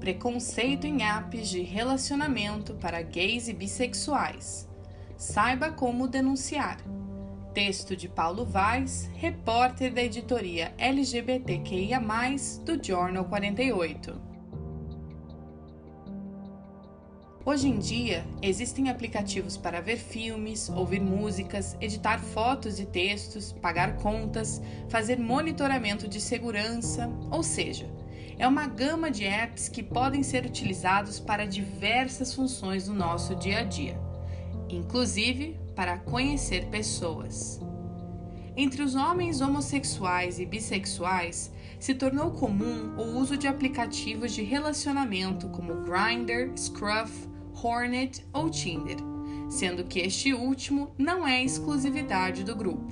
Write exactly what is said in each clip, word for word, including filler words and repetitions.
Preconceito em apps de relacionamento para gays e bissexuais. Saiba como denunciar. Texto de Paulo Vaz, repórter da editoria L G B T Q I A mais, do Jornal quarenta e oito. Hoje em dia, existem aplicativos para ver filmes, ouvir músicas, editar fotos e textos, pagar contas, fazer monitoramento de segurança, ou seja, é uma gama de apps que podem ser utilizados para diversas funções do nosso dia a dia, inclusive para conhecer pessoas. Entre os homens homossexuais e bissexuais, se tornou comum o uso de aplicativos de relacionamento como Grindr, Scruff, Hornet ou Tinder, sendo que este último não é exclusividade do grupo.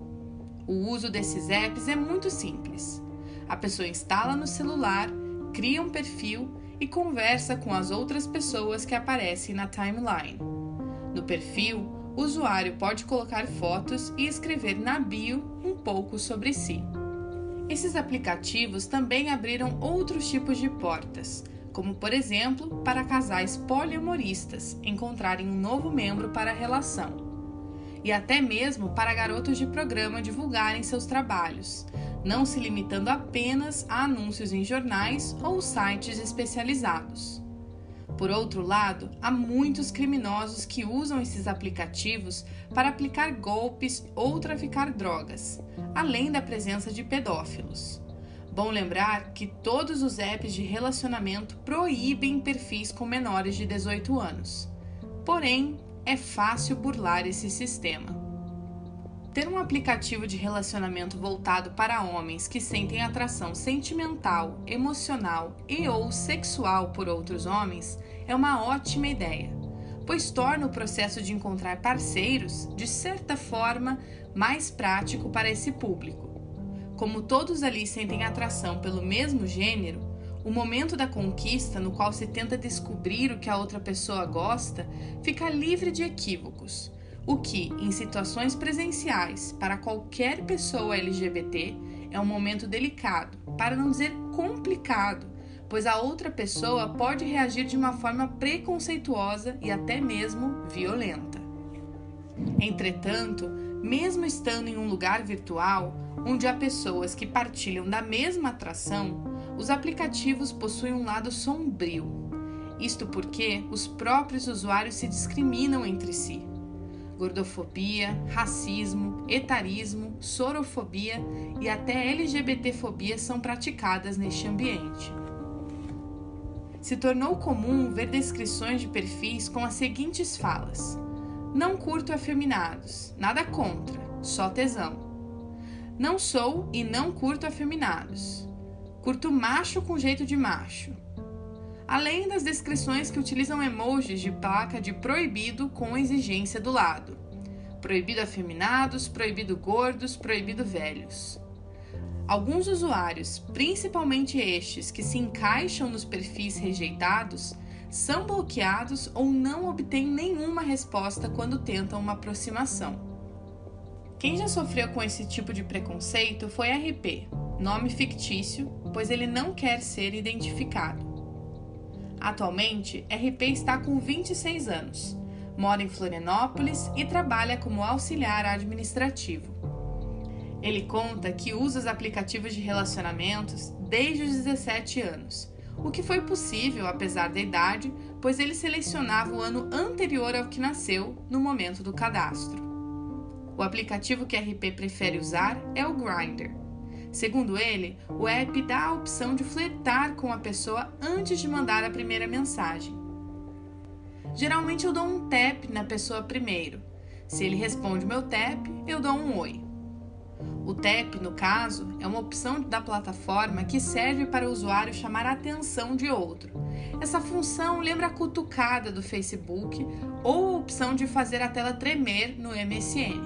O uso desses apps é muito simples. A pessoa instala no celular, cria um perfil e conversa com as outras pessoas que aparecem na timeline. No perfil, o usuário pode colocar fotos e escrever na bio um pouco sobre si. Esses aplicativos também abriram outros tipos de portas, como, por exemplo, para casais poliamoristas encontrarem um novo membro para a relação, e até mesmo para garotos de programa divulgarem seus trabalhos, não se limitando apenas a anúncios em jornais ou sites especializados. Por outro lado, há muitos criminosos que usam esses aplicativos para aplicar golpes ou traficar drogas, além da presença de pedófilos. Bom lembrar que todos os apps de relacionamento proíbem perfis com menores de dezoito anos. Porém, é fácil burlar esse sistema. Ter um aplicativo de relacionamento voltado para homens que sentem atração sentimental, emocional e ou sexual por outros homens é uma ótima ideia, pois torna o processo de encontrar parceiros, de certa forma, mais prático para esse público. Como todos ali sentem atração pelo mesmo gênero, o momento da conquista, no qual se tenta descobrir o que a outra pessoa gosta, fica livre de equívocos, o que, em situações presenciais, para qualquer pessoa L G B T, é um momento delicado, para não dizer complicado, pois a outra pessoa pode reagir de uma forma preconceituosa e até mesmo violenta. Entretanto, mesmo estando em um lugar virtual, onde há pessoas que partilham da mesma atração, os aplicativos possuem um lado sombrio. Isto porque os próprios usuários se discriminam entre si. Gordofobia, racismo, etarismo, sorofobia e até L G B T fobia são praticadas neste ambiente. Se tornou comum ver descrições de perfis com as seguintes falas: não curto afeminados, nada contra, só tesão. Não sou e não curto afeminados. Curto macho com jeito de macho. Além das descrições que utilizam emojis de placa de proibido com exigência do lado. Proibido afeminados, proibido gordos, proibido velhos. Alguns usuários, principalmente estes que se encaixam nos perfis rejeitados, são bloqueados ou não obtêm nenhuma resposta quando tentam uma aproximação. Quem já sofreu com esse tipo de preconceito foi R P, nome fictício, pois ele não quer ser identificado. Atualmente, R P está com vinte e seis anos, mora em Florianópolis e trabalha como auxiliar administrativo. Ele conta que usa os aplicativos de relacionamentos desde os dezessete anos, o que foi possível apesar da idade, pois ele selecionava o ano anterior ao que nasceu no momento do cadastro. O aplicativo que R P prefere usar é o Grindr. Segundo ele, o app dá a opção de flertar com a pessoa antes de mandar a primeira mensagem. Geralmente eu dou um tap na pessoa primeiro. Se ele responde o meu tap, eu dou um oi. O tap, no caso, é uma opção da plataforma que serve para o usuário chamar a atenção de outro. Essa função lembra a cutucada do Facebook ou a opção de fazer a tela tremer no M S N.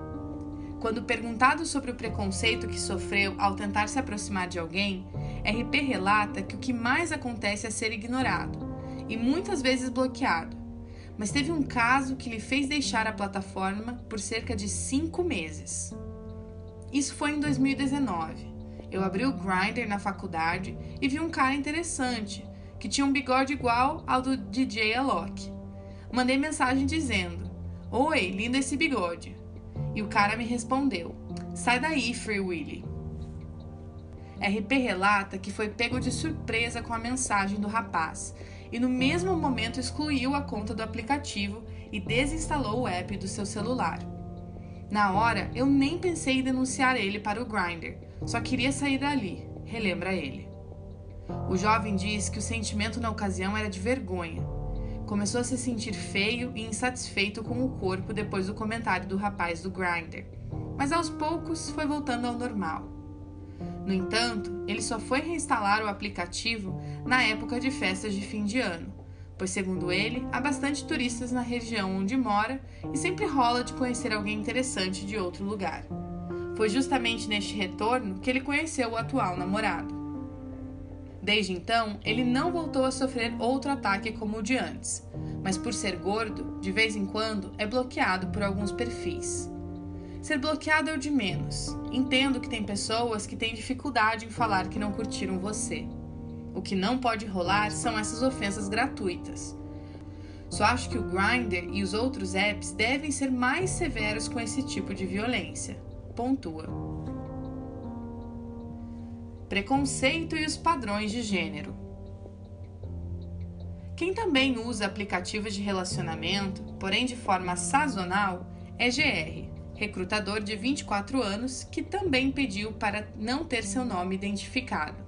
Quando perguntado sobre o preconceito que sofreu ao tentar se aproximar de alguém, R P relata que o que mais acontece é ser ignorado e muitas vezes bloqueado, mas teve um caso que lhe fez deixar a plataforma por cerca de cinco meses. Isso foi em dois mil e dezenove. Eu abri o Grindr na faculdade e vi um cara interessante, que tinha um bigode igual ao do D J Alok. Mandei mensagem dizendo: "Oi, lindo esse bigode." E o cara me respondeu: "Sai daí, Free Willy." R P relata que foi pego de surpresa com a mensagem do rapaz e no mesmo momento excluiu a conta do aplicativo e desinstalou o app do seu celular. Na hora, eu nem pensei em denunciar ele para o Grindr, só queria sair dali, relembra ele. O jovem diz que o sentimento na ocasião era de vergonha. Começou a se sentir feio e insatisfeito com o corpo depois do comentário do rapaz do Grindr, mas aos poucos foi voltando ao normal. No entanto, ele só foi reinstalar o aplicativo na época de festas de fim de ano, pois, segundo ele, há bastante turistas na região onde mora e sempre rola de conhecer alguém interessante de outro lugar. Foi justamente neste retorno que ele conheceu o atual namorado. Desde então, ele não voltou a sofrer outro ataque como o de antes, mas por ser gordo, de vez em quando é bloqueado por alguns perfis. Ser bloqueado é o de menos. Entendo que tem pessoas que têm dificuldade em falar que não curtiram você. O que não pode rolar são essas ofensas gratuitas. Só acho que o Grindr e os outros apps devem ser mais severos com esse tipo de violência. Pontua. Preconceito e os padrões de gênero. Quem também usa aplicativos de relacionamento, porém de forma sazonal, é G R, recrutador de vinte e quatro anos, que também pediu para não ter seu nome identificado.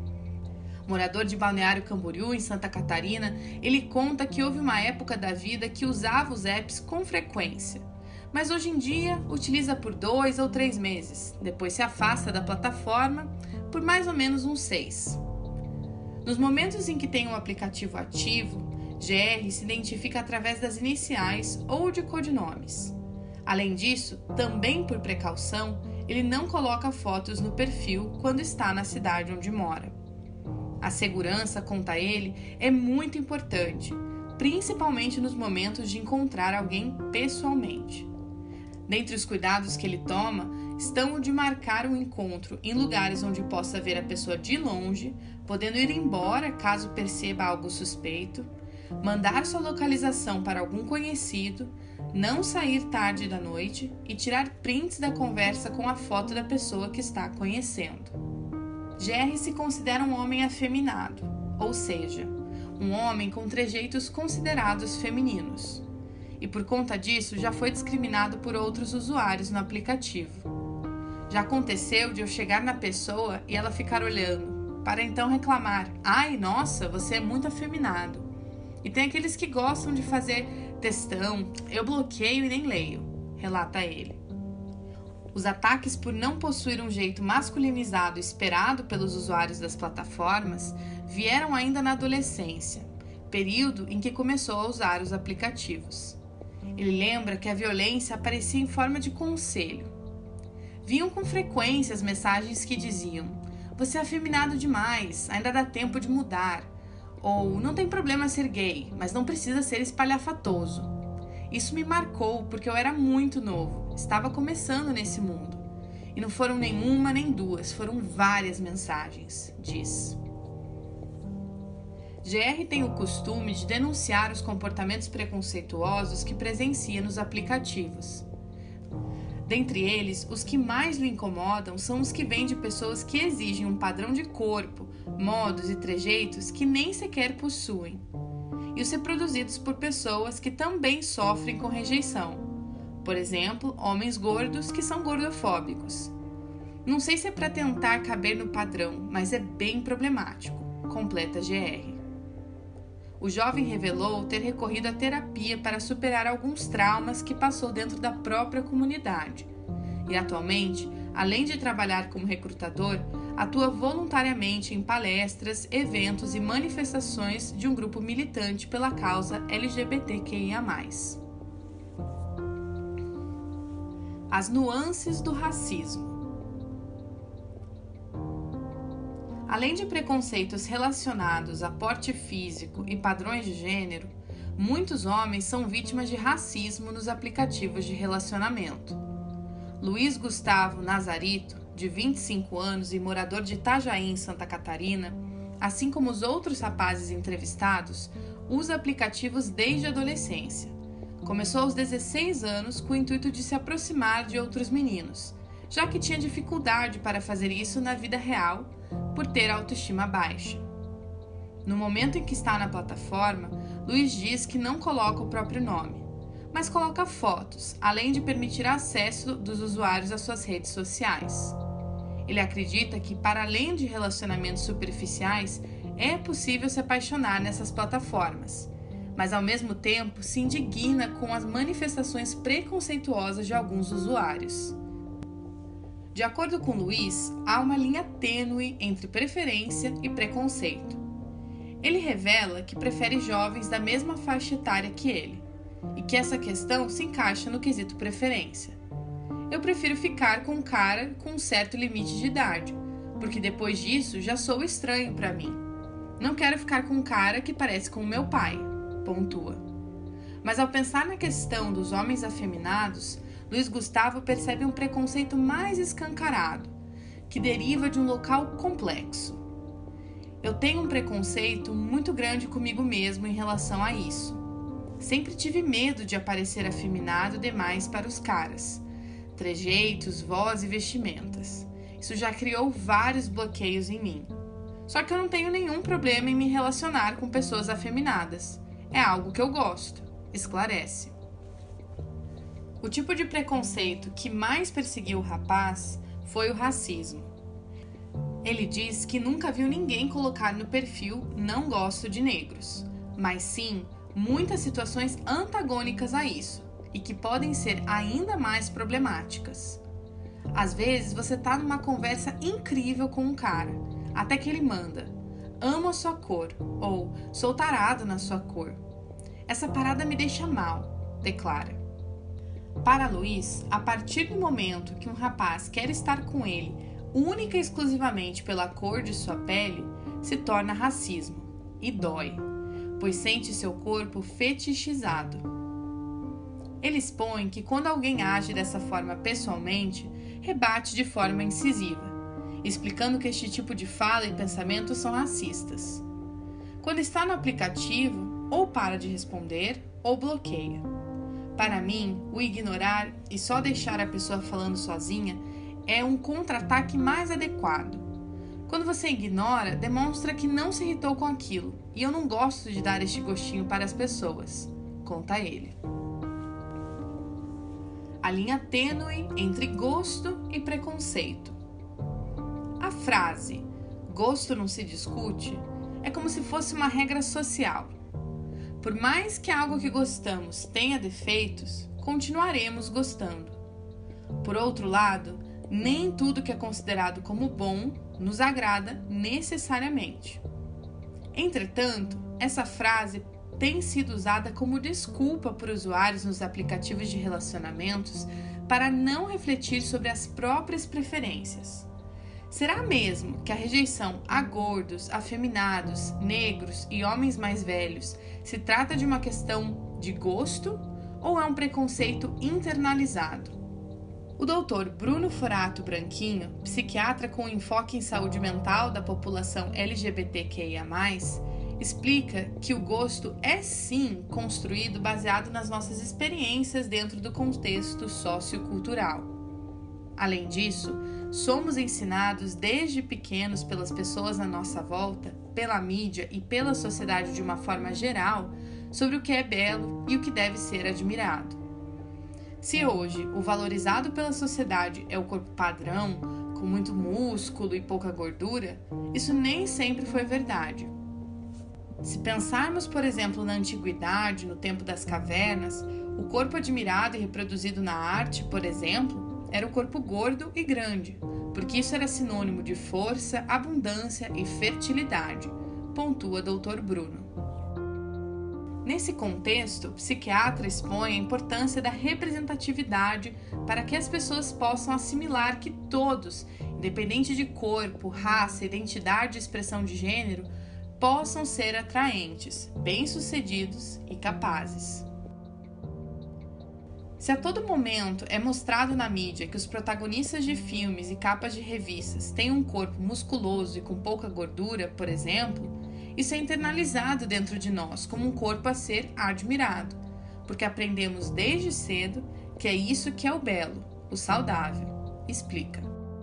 Morador de Balneário Camboriú, em Santa Catarina, ele conta que houve uma época da vida que usava os apps com frequência, mas hoje em dia utiliza por dois ou três meses, depois se afasta da plataforma por mais ou menos uns seis. Nos momentos em que tem um aplicativo ativo, G R se identifica através das iniciais ou de codinomes. Além disso, também por precaução, ele não coloca fotos no perfil quando está na cidade onde mora. A segurança, conta ele, é muito importante, principalmente nos momentos de encontrar alguém pessoalmente. Dentre os cuidados que ele toma, estão o de marcar um encontro em lugares onde possa ver a pessoa de longe, podendo ir embora caso perceba algo suspeito, mandar sua localização para algum conhecido, não sair tarde da noite e tirar prints da conversa com a foto da pessoa que está conhecendo. G R se considera um homem afeminado, ou seja, um homem com trejeitos considerados femininos. E por conta disso já foi discriminado por outros usuários no aplicativo. Já aconteceu de eu chegar na pessoa e ela ficar olhando, para então reclamar: "Ai, nossa, você é muito afeminado." E tem aqueles que gostam de fazer textão, "eu bloqueio e nem leio", relata ele. Os ataques por não possuir um jeito masculinizado esperado pelos usuários das plataformas vieram ainda na adolescência, período em que começou a usar os aplicativos. Ele lembra que a violência aparecia em forma de conselho. Vinham com frequência as mensagens que diziam: "Você é afeminado demais, ainda dá tempo de mudar." Ou "Não tem problema ser gay, mas não precisa ser espalhafatoso." Isso me marcou porque eu era muito novo, estava começando nesse mundo. E não foram nenhuma nem duas, foram várias mensagens, diz. G R tem o costume de denunciar os comportamentos preconceituosos que presencia nos aplicativos. Dentre eles, os que mais lhe incomodam são os que vêm de pessoas que exigem um padrão de corpo, modos e trejeitos que nem sequer possuem, e os reproduzidos por pessoas que também sofrem com rejeição. Por exemplo, homens gordos que são gordofóbicos. Não sei se é para tentar caber no padrão, mas é bem problemático, completa G R. O jovem revelou ter recorrido à terapia para superar alguns traumas que passou dentro da própria comunidade. E atualmente, além de trabalhar como recrutador, atua voluntariamente em palestras, eventos e manifestações de um grupo militante pela causa L G B T Q I A mais. As nuances do racismo. Além de preconceitos relacionados a porte físico e padrões de gênero, muitos homens são vítimas de racismo nos aplicativos de relacionamento. Luiz Gustavo Nazarito, de vinte e cinco anos e morador de Itajaí, em Santa Catarina, assim como os outros rapazes entrevistados, usa aplicativos desde a adolescência. Começou aos dezesseis anos com o intuito de se aproximar de outros meninos, já que tinha dificuldade para fazer isso na vida real por ter autoestima baixa. No momento em que está na plataforma, Luiz diz que não coloca o próprio nome, mas coloca fotos, além de permitir acesso dos usuários às suas redes sociais. Ele acredita que, para além de relacionamentos superficiais, é possível se apaixonar nessas plataformas, mas ao mesmo tempo se indigna com as manifestações preconceituosas de alguns usuários. De acordo com Luiz, há uma linha tênue entre preferência e preconceito. Ele revela que prefere jovens da mesma faixa etária que ele, e que essa questão se encaixa no quesito preferência. Eu prefiro ficar com um cara com um certo limite de idade, porque depois disso já sou estranho para mim. Não quero ficar com um cara que parece com o meu pai, pontua. Mas ao pensar na questão dos homens afeminados, Luiz Gustavo percebe um preconceito mais escancarado, que deriva de um local complexo. Eu tenho um preconceito muito grande comigo mesmo em relação a isso. Sempre tive medo de aparecer afeminado demais para os caras. Trejeitos, voz e vestimentas. Isso já criou vários bloqueios em mim. Só que eu não tenho nenhum problema em me relacionar com pessoas afeminadas. É algo que eu gosto, esclarece. O tipo de preconceito que mais perseguiu o rapaz foi o racismo. Ele diz que nunca viu ninguém colocar no perfil "não gosto de negros", mas sim muitas situações antagônicas a isso e que podem ser ainda mais problemáticas. Às vezes você tá numa conversa incrível com um cara, até que ele manda "amo a sua cor" ou "sou tarado na sua cor". Essa parada me deixa mal, declara. Para Luiz, a partir do momento que um rapaz quer estar com ele única e exclusivamente pela cor de sua pele, se torna racismo, e dói, pois sente seu corpo fetichizado. Ele expõe que quando alguém age dessa forma pessoalmente, rebate de forma incisiva, explicando que este tipo de fala e pensamento são racistas. Quando está no aplicativo, ou para de responder, ou bloqueia. Para mim, o ignorar e só deixar a pessoa falando sozinha é um contra-ataque mais adequado. Quando você ignora, demonstra que não se irritou com aquilo, e eu não gosto de dar este gostinho para as pessoas, conta ele. A linha tênue entre gosto e preconceito. A frase "gosto não se discute" é como se fosse uma regra social. Por mais que algo que gostamos tenha defeitos, continuaremos gostando. Por outro lado, nem tudo que é considerado como bom nos agrada necessariamente. Entretanto, essa frase tem sido usada como desculpa por usuários nos aplicativos de relacionamentos para não refletir sobre as próprias preferências. Será mesmo que a rejeição a gordos, afeminados, negros e homens mais velhos se trata de uma questão de gosto ou é um preconceito internalizado? O doutor Bruno Forato Branquinho, psiquiatra com enfoque em saúde mental da população L G B T Q I A mais, explica que o gosto é sim construído baseado nas nossas experiências dentro do contexto sociocultural. Além disso, somos ensinados desde pequenos pelas pessoas à nossa volta, pela mídia e pela sociedade de uma forma geral, sobre o que é belo e o que deve ser admirado. Se hoje o valorizado pela sociedade é o corpo padrão, com muito músculo e pouca gordura, isso nem sempre foi verdade. Se pensarmos, por exemplo, na antiguidade, no tempo das cavernas, o corpo admirado e reproduzido na arte, por exemplo, era o corpo gordo e grande, porque isso era sinônimo de força, abundância e fertilidade, pontua doutor Bruno. Nesse contexto, o psiquiatra expõe a importância da representatividade para que as pessoas possam assimilar que todos, independente de corpo, raça, identidade e expressão de gênero, possam ser atraentes, bem-sucedidos e capazes. Se a todo momento é mostrado na mídia que os protagonistas de filmes e capas de revistas têm um corpo musculoso e com pouca gordura, por exemplo, isso é internalizado dentro de nós como um corpo a ser admirado, porque aprendemos desde cedo que é isso que é o belo, o saudável, explica.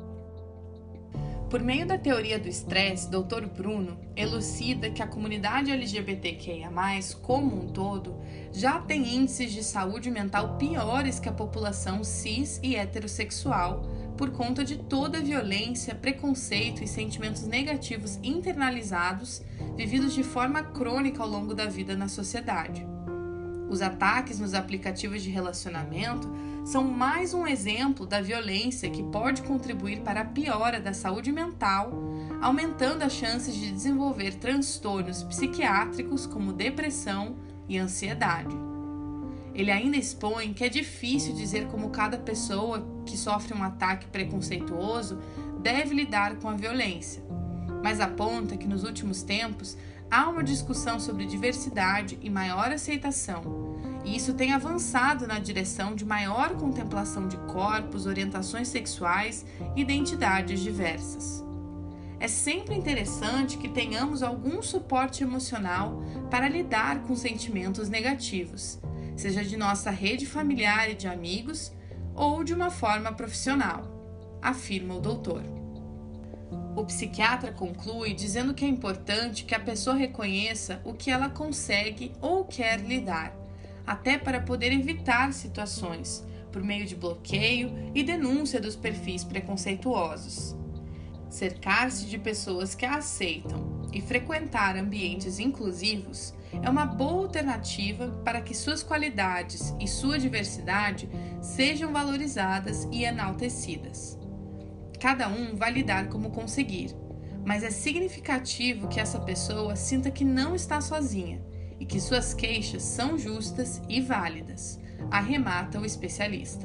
Por meio da teoria do estresse, doutor Bruno elucida que a comunidade L G B T Q I A mais, como um todo, já tem índices de saúde mental piores que a população cis e heterossexual por conta de toda a violência, preconceito e sentimentos negativos internalizados vividos de forma crônica ao longo da vida na sociedade. Os ataques nos aplicativos de relacionamento são mais um exemplo da violência que pode contribuir para a piora da saúde mental, aumentando as chances de desenvolver transtornos psiquiátricos como depressão e ansiedade. Ele ainda expõe que é difícil dizer como cada pessoa que sofre um ataque preconceituoso deve lidar com a violência, mas aponta que nos últimos tempos há uma discussão sobre diversidade e maior aceitação, e isso tem avançado na direção de maior contemplação de corpos, orientações sexuais e identidades diversas. É sempre interessante que tenhamos algum suporte emocional para lidar com sentimentos negativos, seja de nossa rede familiar e de amigos ou de uma forma profissional, afirma o doutor. O psiquiatra conclui dizendo que é importante que a pessoa reconheça o que ela consegue ou quer lidar, até para poder evitar situações, por meio de bloqueio e denúncia dos perfis preconceituosos. Cercar-se de pessoas que a aceitam e frequentar ambientes inclusivos é uma boa alternativa para que suas qualidades e sua diversidade sejam valorizadas e enaltecidas. Cada um vai lidar como conseguir, mas é significativo que essa pessoa sinta que não está sozinha e que suas queixas são justas e válidas, arremata o especialista.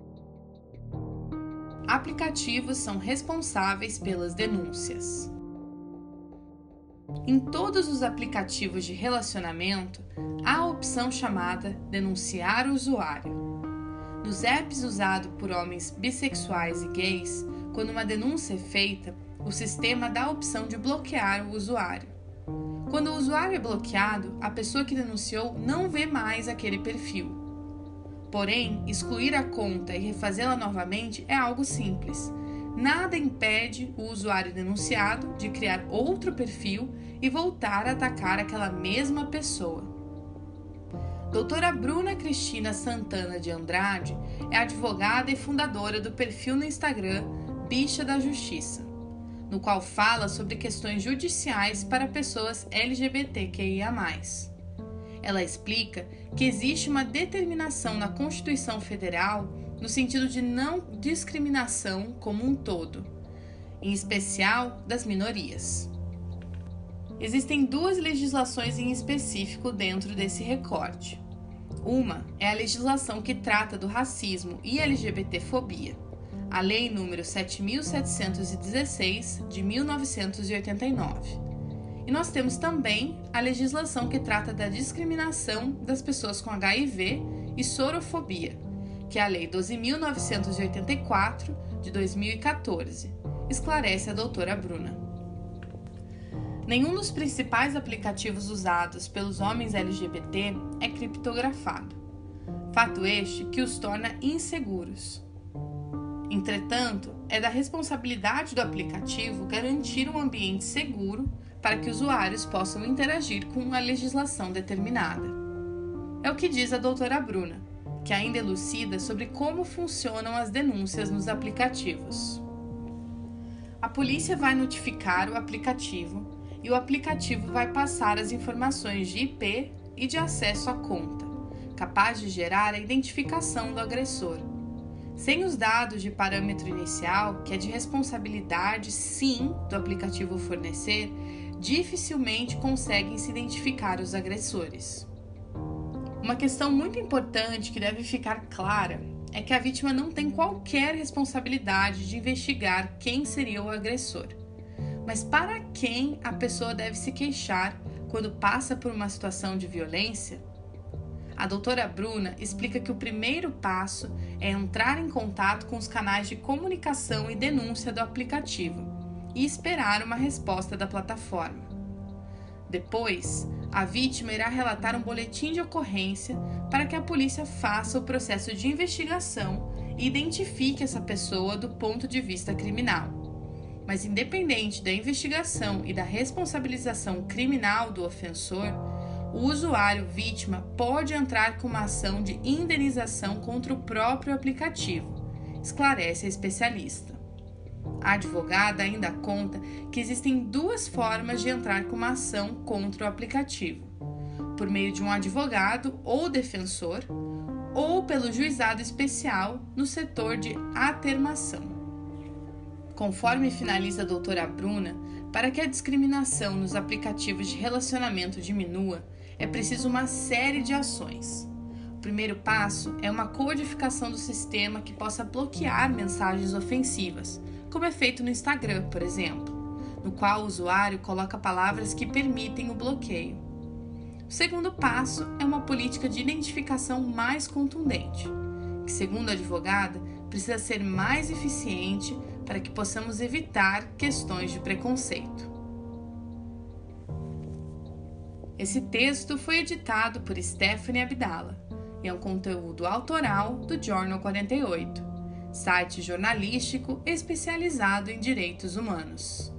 Aplicativos são responsáveis pelas denúncias. Em todos os aplicativos de relacionamento, há a opção chamada Denunciar o Usuário. Nos apps usados por homens bissexuais e gays, quando uma denúncia é feita, o sistema dá a opção de bloquear o usuário. Quando o usuário é bloqueado, a pessoa que denunciou não vê mais aquele perfil. Porém, excluir a conta e refazê-la novamente é algo simples. Nada impede o usuário denunciado de criar outro perfil e voltar a atacar aquela mesma pessoa. Doutora Bruna Cristina Santana de Andrade é advogada e fundadora do perfil no Instagram Bicha da Justiça, no qual fala sobre questões judiciais para pessoas L G B T Q I A mais. Ela explica que existe uma determinação na Constituição Federal no sentido de não discriminação como um todo, em especial das minorias. Existem duas legislações em específico dentro desse recorte. Uma é a legislação que trata do racismo e LGBTfobia, a Lei número sete mil setecentos e dezesseis, de mil novecentos e oitenta e nove. E nós temos também a legislação que trata da discriminação das pessoas com H I V e sorofobia, que é a Lei doze mil novecentos e oitenta e quatro, de dois mil e quatorze, esclarece a doutora Bruna. Nenhum dos principais aplicativos usados pelos homens L G B T é criptografado, fato este que os torna inseguros. Entretanto, é da responsabilidade do aplicativo garantir um ambiente seguro para que usuários possam interagir com a legislação determinada. É o que diz a doutora Bruna, que ainda elucida sobre como funcionam as denúncias nos aplicativos. A polícia vai notificar o aplicativo e o aplicativo vai passar as informações de I P e de acesso à conta, capaz de gerar a identificação do agressor. Sem os dados de parâmetro inicial, que é de responsabilidade, sim, do aplicativo fornecer, dificilmente conseguem se identificar os agressores. Uma questão muito importante que deve ficar clara é que a vítima não tem qualquer responsabilidade de investigar quem seria o agressor. Mas para quem a pessoa deve se queixar quando passa por uma situação de violência? A doutora Bruna explica que o primeiro passo é entrar em contato com os canais de comunicação e denúncia do aplicativo e esperar uma resposta da plataforma. Depois, a vítima irá relatar um boletim de ocorrência para que a polícia faça o processo de investigação e identifique essa pessoa do ponto de vista criminal. Mas, independente da investigação e da responsabilização criminal do ofensor, o usuário vítima pode entrar com uma ação de indenização contra o próprio aplicativo, esclarece a especialista. A advogada ainda conta que existem duas formas de entrar com uma ação contra o aplicativo: por meio de um advogado ou defensor, ou pelo juizado especial no setor de atermação. Conforme finaliza a doutora Bruna, para que a discriminação nos aplicativos de relacionamento diminua, é preciso uma série de ações. O primeiro passo é uma codificação do sistema que possa bloquear mensagens ofensivas, como é feito no Instagram, por exemplo, no qual o usuário coloca palavras que permitem o bloqueio. O segundo passo é uma política de identificação mais contundente, que, segundo a advogada, precisa ser mais eficiente para que possamos evitar questões de preconceito. Esse texto foi editado por Stephanie Abdala e é um conteúdo autoral do Jornal quarenta e oito, site jornalístico especializado em direitos humanos.